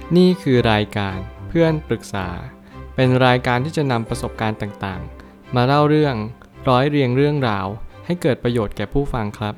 นี่คือรายการเพื่อนปรึกษาเป็นรายการที่จะนำประสบการณ์ต่างๆมาเล่าเรื่องร้อยเรียงเรื่องราวให้เกิดประโยชน์แก่ผู้ฟังครับ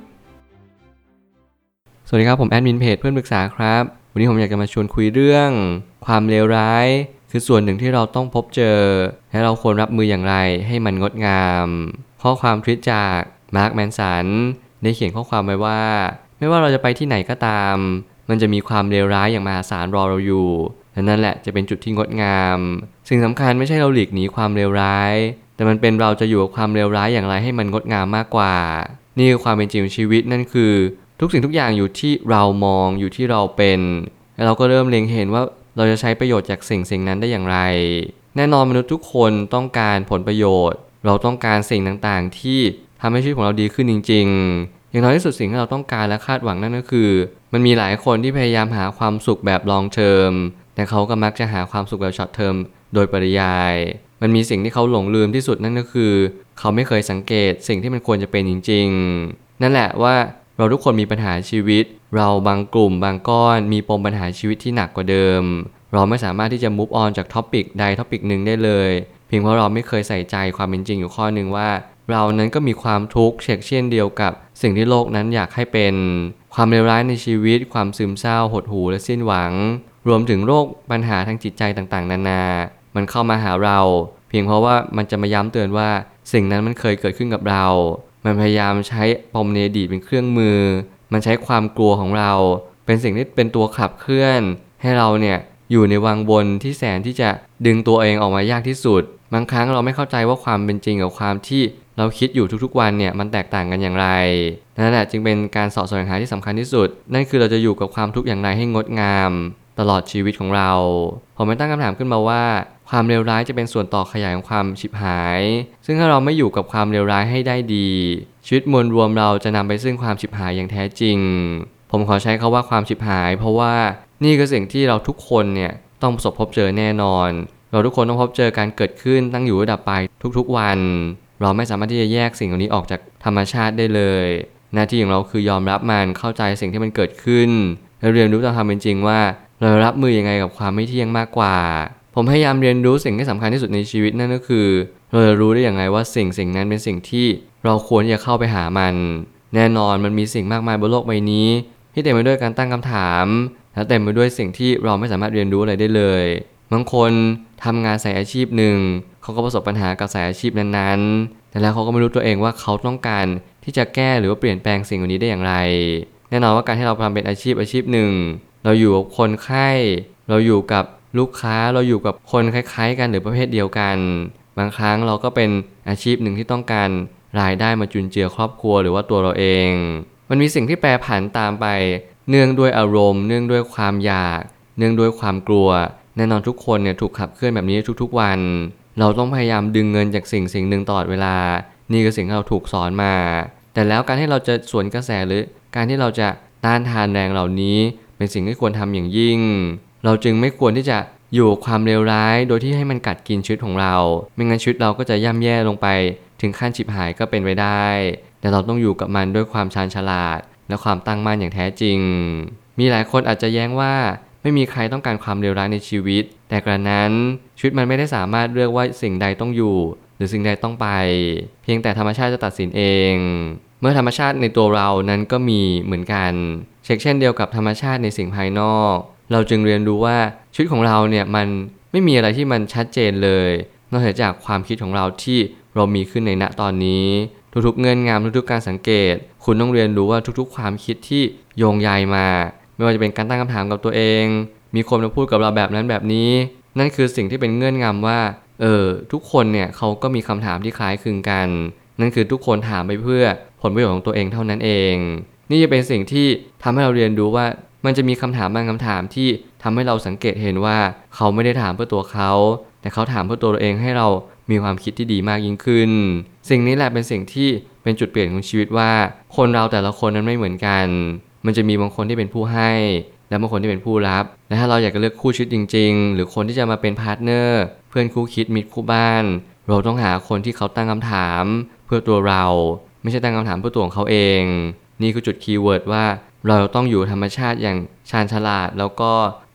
สวัสดีครับผมแอดมินเพจเพื่อนปรึกษาครับวันนี้ผมอยากจะมาชวนคุยเรื่องความเลวร้ายคือส่วนหนึ่งที่เราต้องพบเจอและเราควรรับมืออย่างไรให้มันงดงามข้อความทวิตจากมาร์คแมนสันได้เขียนข้อความไว้ว่าไม่ว่าเราจะไปที่ไหนก็ตามมันจะมีความเลวร้ายอย่างมหาศาลรอเราอยู่และนั่นแหละจะเป็นจุดที่งดงามสิ่งสำคัญไม่ใช่เราหลีกหนีความเลวร้ายแต่มันเป็นเราจะอยู่กับความเลวร้ายอย่างไรให้มันงดงามมากกว่านี่คือความเป็นจริงของชีวิตนั่นคือทุกสิ่งทุกอย่างอยู่ที่เรามองอยู่ที่เราเป็นและเราก็เริ่มเล็งเห็นว่าเราจะใช้ประโยชน์จากสิ่งนั้นได้อย่างไรแน่นอนมนุษย์ทุกคนต้องการผลประโยชน์เราต้องการสิ่งต่างๆที่ทำให้ชีวิตของเราดีขึ้นจริงๆอย่างน้อยที่สุดสิ่งที่เราต้องการและคาดหวังนั่นก็คือมันมีหลายคนที่พยายามหาความสุขแบบ long term แต่เขาก็มักจะหาความสุขแบบ short term โดยปริยายมันมีสิ่งที่เขาหลงลืมที่สุดนั่นก็คือเขาไม่เคยสังเกตสิ่งที่มันควรจะเป็นจริงๆนั่นแหละว่าเราทุกคนมีปัญหาชีวิตเราบางกลุ่มบางก้อนมีปมปัญหาชีวิตที่หนักกว่าเดิมเราไม่สามารถที่จะ move on จากท็อปิกใดท็อปิกหนึ่งได้เลยเพียงเพราะเราไม่เคยใส่ใจความเป็นจริงอยู่ข้อหนึ่งว่าเรานั้นก็มีความทุกข์เช่นเดียวกับสิ่งที่โลกนั้นอยากให้เป็นความเลวร้ายในชีวิตความซึมเศร้าหดหู่และสิ้นหวังรวมถึงโรคปัญหาทางจิตใจต่างๆนานามันเข้ามาหาเราเพียงเพราะว่ามันจะมาย้ำเตือนว่าสิ่งนั้นมันเคยเกิดขึ้นกับเรามันพยายามใช้ปมในอดีตเป็นเครื่องมือมันใช้ความกลัวของเราเป็นสิ่งที่เป็นตัวขับเคลื่อนให้เราเนี่ยอยู่ในวังวนที่แสนที่จะดึงตัวเองออกมายากที่สุดบางครั้งเราไม่เข้าใจว่าความเป็นจริงกับความที่เราคิดอยู่ทุกๆวันเนี่ยมันแตกต่างกันอย่างไรนั่นแหละจึงเป็นการเสาะแสวงหาที่สำคัญที่สุดนั่นคือเราจะอยู่กับความทุกข์อย่างไรให้งดงามตลอดชีวิตของเราผมไม่ตั้งคำถามขึ้นมาว่าความเลวร้ายจะเป็นส่วนต่อขยายของความฉิบหายซึ่งถ้าเราไม่อยู่กับความเลวร้ายให้ได้ดีชีวิตมวลรวมเราจะนำไปซึ่งความฉิบหายอย่างแท้จริงผมขอใช้คำว่าความฉิบหายเพราะว่านี่คือสิ่งที่เราทุกคนเนี่ยต้องประสบพบเจอแน่นอนเราทุกคนต้องพบเจอการเกิดขึ้นตั้งอยู่ระดับไปทุกๆวันเราไม่สามารถที่จะแยกสิ่งเหล่านี้ออกจากธรรมชาติได้เลยหน้าที่ของเราคือยอมรับมันเข้าใจสิ่งที่มันเกิดขึ้นและเรียนรู้ตามความเป็นจริงว่าเรารับมือยังไงกับความไม่เที่ยงมากกว่าผมพยายามเรียนรู้สิ่งที่สำคัญที่สุดในชีวิตนั่นก็คือเราจะรู้ได้อย่างไรว่าสิ่งนั้นเป็นสิ่งที่เราควรจะเข้าไปหามันแน่นอนมันมีสิ่งมากมายบนโลกใบนี้ที่เต็มไปด้วยการตั้งคำถามและเต็มไปด้วยสิ่งที่เราไม่สามารถเรียนรู้อะไรได้เลยบางคนทำงานสายอาชีพหนึ่งเขาก็ประสบปัญหากับสายอาชีพนั้นๆแต่แล้วเขาก็ไม่รู้ตัวเองว่าเขาต้องการที่จะแก้หรือว่าเปลี่ยนแปลงสิ่งเหล่านี้ได้อย่างไรแน่นอนว่าการที่เราทำเป็นอาชีพหนึ่งเราอยู่กับคนไข้เราอยู่กับลูกค้าเราอยู่กับคนคล้ายๆกันหรือประเภทเดียวกันบางครั้งเราก็เป็นอาชีพหนึ่งที่ต้องการรายได้มาจุนเจือครอบครัวหรือว่าตัวเราเองมันมีสิ่งที่แปรผันตามไปเนื่องด้วยอารมณ์เนื่องด้วยความอยากเนื่องด้วยความกลัวแน่นอนทุกคนเนี่ยถูกขับเคลื่อนแบบนี้ทุกๆวันเราต้องพยายามดึงเงินจากสิ่งหนึ่งตลอดเวลานี่คือสิ่งที่เราถูกสอนมาแต่แล้วการที่เราจะสวนกระแสหรือการที่เราจะต้านทานแรงเหล่านี้เป็นสิ่งที่ควรทำอย่างยิ่งเราจึงไม่ควรที่จะอยู่กับความเลวร้ายโดยที่ให้มันกัดกินชีวิตของเราไม่งั้นชีวิตเราก็จะย่ำแย่ลงไปถึงขั้นฉิบหายก็เป็นไปได้แต่เราต้องอยู่กับมันด้วยความชาญฉลาดและความตั้งมั่นอย่างแท้จริงมีหลายคนอาจจะแย้งว่าไม่มีใครต้องการความเลวร้ายในชีวิตแต่กระนั้นชีวิตมันไม่ได้สามารถเลือกว่าสิ่งใดต้องอยู่หรือสิ่งใดต้องไปเพียงแต่ธรรมชาติจะตัดสินเองเมื่อธรรมชาติในตัวเรานั้นก็มีเหมือนกันเช่นเดียวกับธรรมชาติในสิ่งภายนอกเราจึงเรียนรู้ว่าชีวิตของเราเนี่ยมันไม่มีอะไรที่มันชัดเจนเลยนอกจากความคิดของเราที่เรามีขึ้นในณตอนนี้ทุกๆเงื่อนงำทุกๆการสังเกตคุณต้องเรียนรู้ว่าทุกๆความคิดที่โยงใยมาไม่ว่าจะเป็นการตั้งคำถามกับตัวเองมีคนมาพูดกับเราแบบนั้นแบบนี้นั่นคือสิ่งที่เป็นเงื่อนงำว่าทุกคนเนี่ยเขาก็มีคำถามที่คล้ายคลึงกันนั่นคือทุกคนถามไปเพื่อผลประโยชน์ของตัวเองเท่านั้นเองนี่จะเป็นสิ่งที่ทำให้เราเรียนรู้ว่ามันจะมีคำถามบางคำถามที่ทำให้เราสังเกตเห็นว่าเขาไม่ได้ถามเพื่อตัวเขาแต่เขาถามเพื่อตัวเองให้เรามีความคิดที่ดีมากยิ่งขึ้นสิ่งนี้แหละเป็นสิ่งที่เป็นจุดเปลี่ยนของชีวิตว่าคนเราแต่ละคนนั้นไม่เหมือนกันมันจะมีบางคนที่เป็นผู้ให้และบางคนที่เป็นผู้รับและถ้าเราอยากจะเลือกคู่ชีวิตจริงๆหรือคนที่จะมาเป็นพาร์ทเนอร์เพื่อนคู่คิดมิตรคู่บ้านเราต้องหาคนที่เขาตั้งคำถามเพื่อตัวเราไม่ใช่ตั้งคำถามเพื่อตัวของเขาเองนี่คือจุดคีย์เวิร์ดว่าเราต้องอยู่ธรรมชาติอย่างชาญฉลาดแล้วก็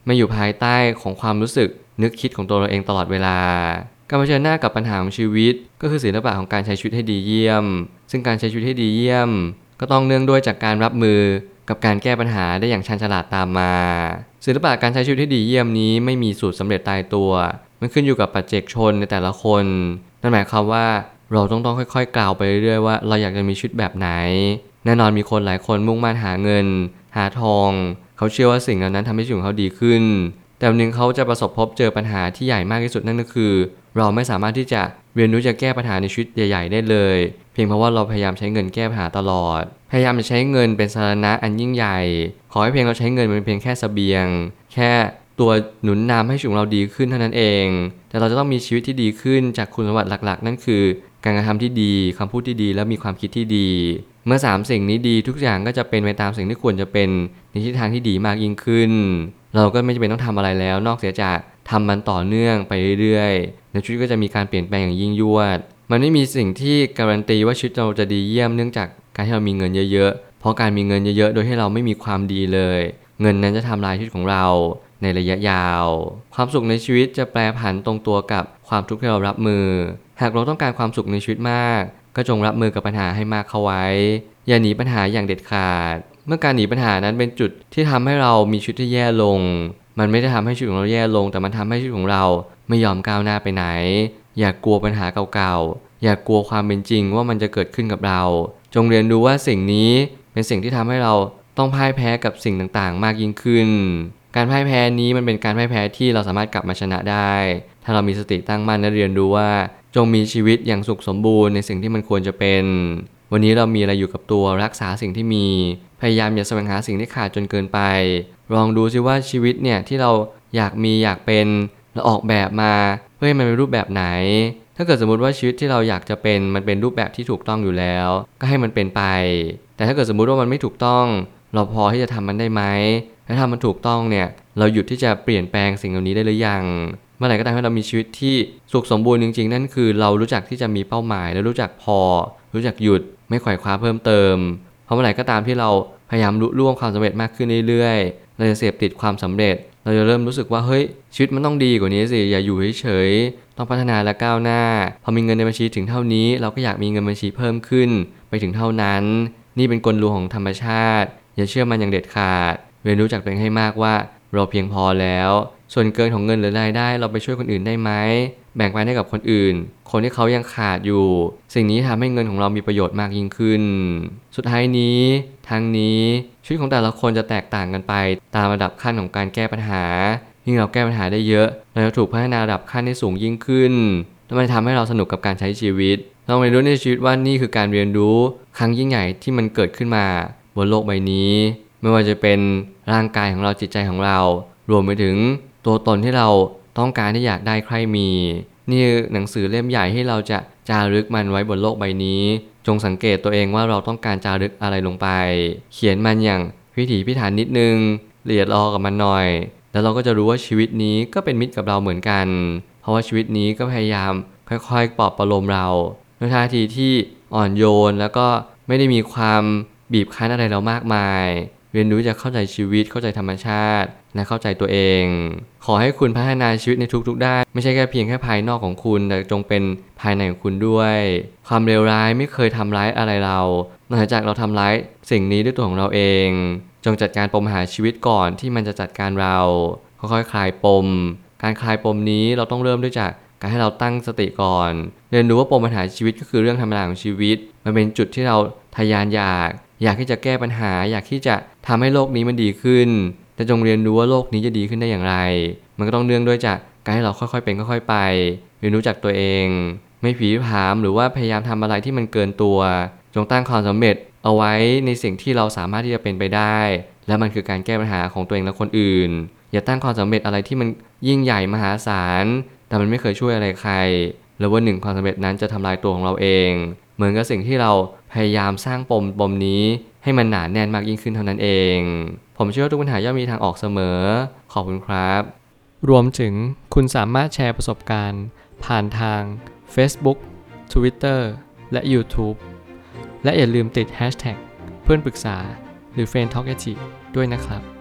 ไม่อยู่ภายใต้ของความรู้สึกนึกคิดของตัวเราเองตลอดเวลาการเผชิญหน้ากับปัญหาของชีวิตก็คือศิลปะของการใช้ชีวิตให้ดีเยี่ยมซึ่งการใช้ชีวิตให้ดีเยี่ยมก็ต้องเนื่องด้วยจากการรับมือกับการแก้ปัญหาได้อย่างชาญฉลาดตามมาศิลปะการใช้ชีวิตให้ดีเยี่ยมนี้ไม่มีสูตรสำเร็จตายตัวมันขึ้นอยู่กับปัจเจกชนในแต่ละคนนั่นหมายความว่าเราต้องค่อยๆกล่าวไปเรื่อยๆว่าเราอยากจะมีชีวิตแบบไหนแน่นอนมีคนหลายคนมุ่งมั่นหาเงินหาทองเขาเชื่อว่าสิ่งเหล่านั้นทำให้ชีวิตของเขาดีขึ้นแต่วันหนึ่งเขาจะประสบพบเจอปัญหาที่ใหญ่มากที่สุดนั่นก็คือเราไม่สามารถที่จะเรียนรู้จะแก้ปัญหาในชีวิตใหญ่ๆได้เลยเพียงเพราะว่าเราพยายามใช้เงินแก้ปัญหาตลอดพยายามจะใช้เงินเป็นสาระอันยิ่งใหญ่ขอให้เพียงเราใช้เงินเป็นเพียงแค่เสบียงแค่ตัวหนุนนำให้ชีวิตของเราดีขึ้นเท่านั้นเองแต่เราจะต้องมีชีวิตที่ดีขึ้นจากคุณสมบัติหลักๆนั่นคือการกระทำที่ดีคำพูดที่ดีและมีความคิดที่ดีเมื่อ3สิ่งนี้ดีทุกอย่างก็จะเป็นไปตามสิ่งที่ควรจะเป็นในทิศทางที่ดีมากยิ่งขึ้นเราก็ไม่จำเป็นต้องทำอะไรแล้วนอกเสียจากทำมันต่อเนื่องไปเรื่อยๆในชีวิตก็จะมีการเปลี่ยนแปลงอย่างยิ่งยวดมันไม่มีสิ่งที่การันตีว่าชีวิตเราจะดีเยี่ยมเนื่องจากการที่เรามีเงินเยอะๆเพราะการมีเงินเยอะๆโดยที่เราไม่มีความดีเลยเงินนั้นจะทำลายชีวิตของเราในระยะยาวความสุขในชีวิตจะแปรผันตรงตัวกับความทุกข์ที่เรารับมือหากเราต้องการความสุขในชีวิตมากก็จงรับมือกับปัญหาให้มากเข้าไว้อย่าหนีปัญหาอย่างเด็ดขาดเมื่อการหนีปัญหานั้นเป็นจุดที่ทำให้เรามีชีวิตที่แย่ลงมันไม่ได้ทำให้ชีวิตของเราแย่ลงแต่มันทำให้ชีวิตของเราไม่ยอมก้าวหน้าไปไหนอย่ากลัวปัญหาเก่าๆอย่ากลัวความเป็นจริงว่ามันจะเกิดขึ้นกับเราจงเรียนรู้ว่าสิ่งนี้เป็นสิ่งที่ทำให้เราต้องพ่ายแพ้กับสิ่งต่างๆมากยิ่งขึ้นการพ่ายแพ้นี้มันเป็นการพ่ายแพ้ที่เราสามารถกลับมาชนะได้ถ้าเรามีสติตั้งมั่นและเรียนรู้ว่าจงมีชีวิตอย่างสุขสมบูรณ์ในสิ่งที่มันควรจะเป็นวันนี้เรามีอะไรอยู่กับตัวรักษาสิ่งที่มีพยายามอย่าแสวงหาสิ่งที่ขาดจนเกินไปลองดูซิว่าชีวิตเนี่ยที่เราอยากมีอยากเป็นเราออกแบบมาเพื่อให้มันเป็นรูปแบบไหนถ้าเกิดสมมติว่าชีวิตที่เราอยากจะเป็นมันเป็นรูปแบบที่ถูกต้องอยู่แล้วก็ให้มันเป็นไปแต่ถ้าเกิดสมมติว่ามันไม่ถูกต้องเราพอที่จะทำมันได้ไหมถ้าทำมันถูกต้องเนี่ยเราหยุดที่จะเปลี่ยนแปลงสิ่งเหล่านี้ได้หรือยังเมื่อไหร่ก็ตามที่เรามีชีวิตที่สุขสมบูรณ์จริงๆนั่นคือเรารู้จักที่จะมีเป้าหมายและรู้จักพอรู้จักหยุดไม่ไขว่คว้าเพิ่มเติมเพราะเมื่อไหร่ก็ตามที่เราพยายามลุล่วงความสำเร็จมากขึ้นเรื่อยๆเราจะเสพติดความสำเร็จเราจะเริ่มรู้สึกว่าเฮ้ยชีวิตมันต้องดีกว่านี้สิอย่าอยู่เฉยๆต้องพัฒนาและก้าวหน้าพอมีเงินในบัญชีถึงเท่านี้เราก็อยากมีเงินบัญชีเพิ่มขึ้นไปถึงเท่านั้นนี่เป็นกลลวงของธรรมชาติอย่าเชื่อมันอย่างเด็ดขาดเรียนรู้จักตัวเองให้มากว่าเราเพียงพอแล้วส่วนเกินของเงินหรือรายได้เราไปช่วยคนอื่นได้ไหมแบ่งปันให้กับคนอื่นคนที่เขายังขาดอยู่สิ่งนี้ทำให้เงินของเรามีประโยชน์มากยิ่งขึ้นสุดท้ายนี้ทั้งนี้ชีวิตของแต่ละคนจะแตกต่างกันไปตามระดับขั้นของการแก้ปัญหายิ่งเราแก้ปัญหาได้เยอะเราจะถูกพัฒนาระดับขั้นให้สูงยิ่งขึ้นและมันทำให้เราสนุกกับการใช้ชีวิตเราเรียนรู้ในชีวิตว่านี่คือการเรียนรู้ครั้งยิ่งใหญ่ที่มันเกิดขึ้นมาบนโลกใบนี้ไม่ว่าจะเป็นร่างกายของเราจิตใจของเรารวมไปถึงตัวตนที่เราต้องการที่อยากได้ใครมีนี่หนังสือเล่มใหญ่ให้เราจะจารึกมันไว้บนโลกใบนี้จงสังเกตตัวเองว่าเราต้องการจารึกอะไรลงไปเขียนมันอย่างพิถีพิถันนิดนึงละเอียดอ่อนกับมันหน่อยแล้วเราก็จะรู้ว่าชีวิตนี้ก็เป็นมิตรกับเราเหมือนกันเพราะว่าชีวิตนี้ก็พยายามค่อยๆปลอบประโลมเราด้วยท่าทีที่อ่อนโยนแล้วก็ไม่ได้มีความบีบคั้นอะไรเรามากมายเรียนรู้จะเข้าใจชีวิตเข้าใจธรรมชาติและเข้าใจตัวเองขอให้คุณพัฒนาชีวิตในทุกๆด้านไม่ใช่แค่เพียงแค่ภายนอกของคุณแต่จงเป็นภายในของคุณด้วยความเลวร้ายไม่เคยทำร้ายอะไรเรานอกจากเราทำร้ายสิ่งนี้ด้วยตัวของเราเองจงจัดการปมปัญหาชีวิตก่อนที่มันจะจัดการเราค่อยๆคลายปมการคลายปมนี้เราต้องเริ่มด้วยจากการให้เราตั้งสติก่อนเรียนรู้ว่าปมปัญหาชีวิตก็คือเรื่องธรรมดาของชีวิตมันเป็นจุดที่เราทะยานอยากที่จะแก้ปัญหาอยากที่จะทำให้โลกนี้มันดีขึ้นแต่จงเรียนรู้ว่าโลกนี้จะดีขึ้นได้อย่างไรมันก็ต้องเนื่องด้วยจากการให้เราค่อยๆเป็นค่อยๆไปเรียนรู้จักตัวเองไม่ผีผามหรือว่าพยายามทำอะไรที่มันเกินตัวจงตั้งความสำเร็จเอาไว้ในสิ่งที่เราสามารถที่จะเป็นไปได้และมันคือการแก้ปัญหาของตัวเองและคนอื่นอย่าตั้งความสำเร็จอะไรที่มันยิ่งใหญ่มหาศาลแต่มันไม่เคยช่วยอะไรใครแล้ววันหนึ่งความสำเร็จนั้นจะทำลายตัวของเราเองเหมือนกับสิ่งที่เราพยายามสร้างปมนี้ให้มันหนาแน่นมากยิ่งขึ้นเท่านั้นเองผมเชื่อว่าทุกปัญหาย่อมมีทางออกเสมอขอบคุณครับรวมถึงคุณสามารถแชร์ประสบการณ์ผ่านทาง Facebook Twitter และ YouTube และอย่าลืมติด Hashtag เพื่อนปรึกษาหรือ Friend Talk ด้วยนะครับ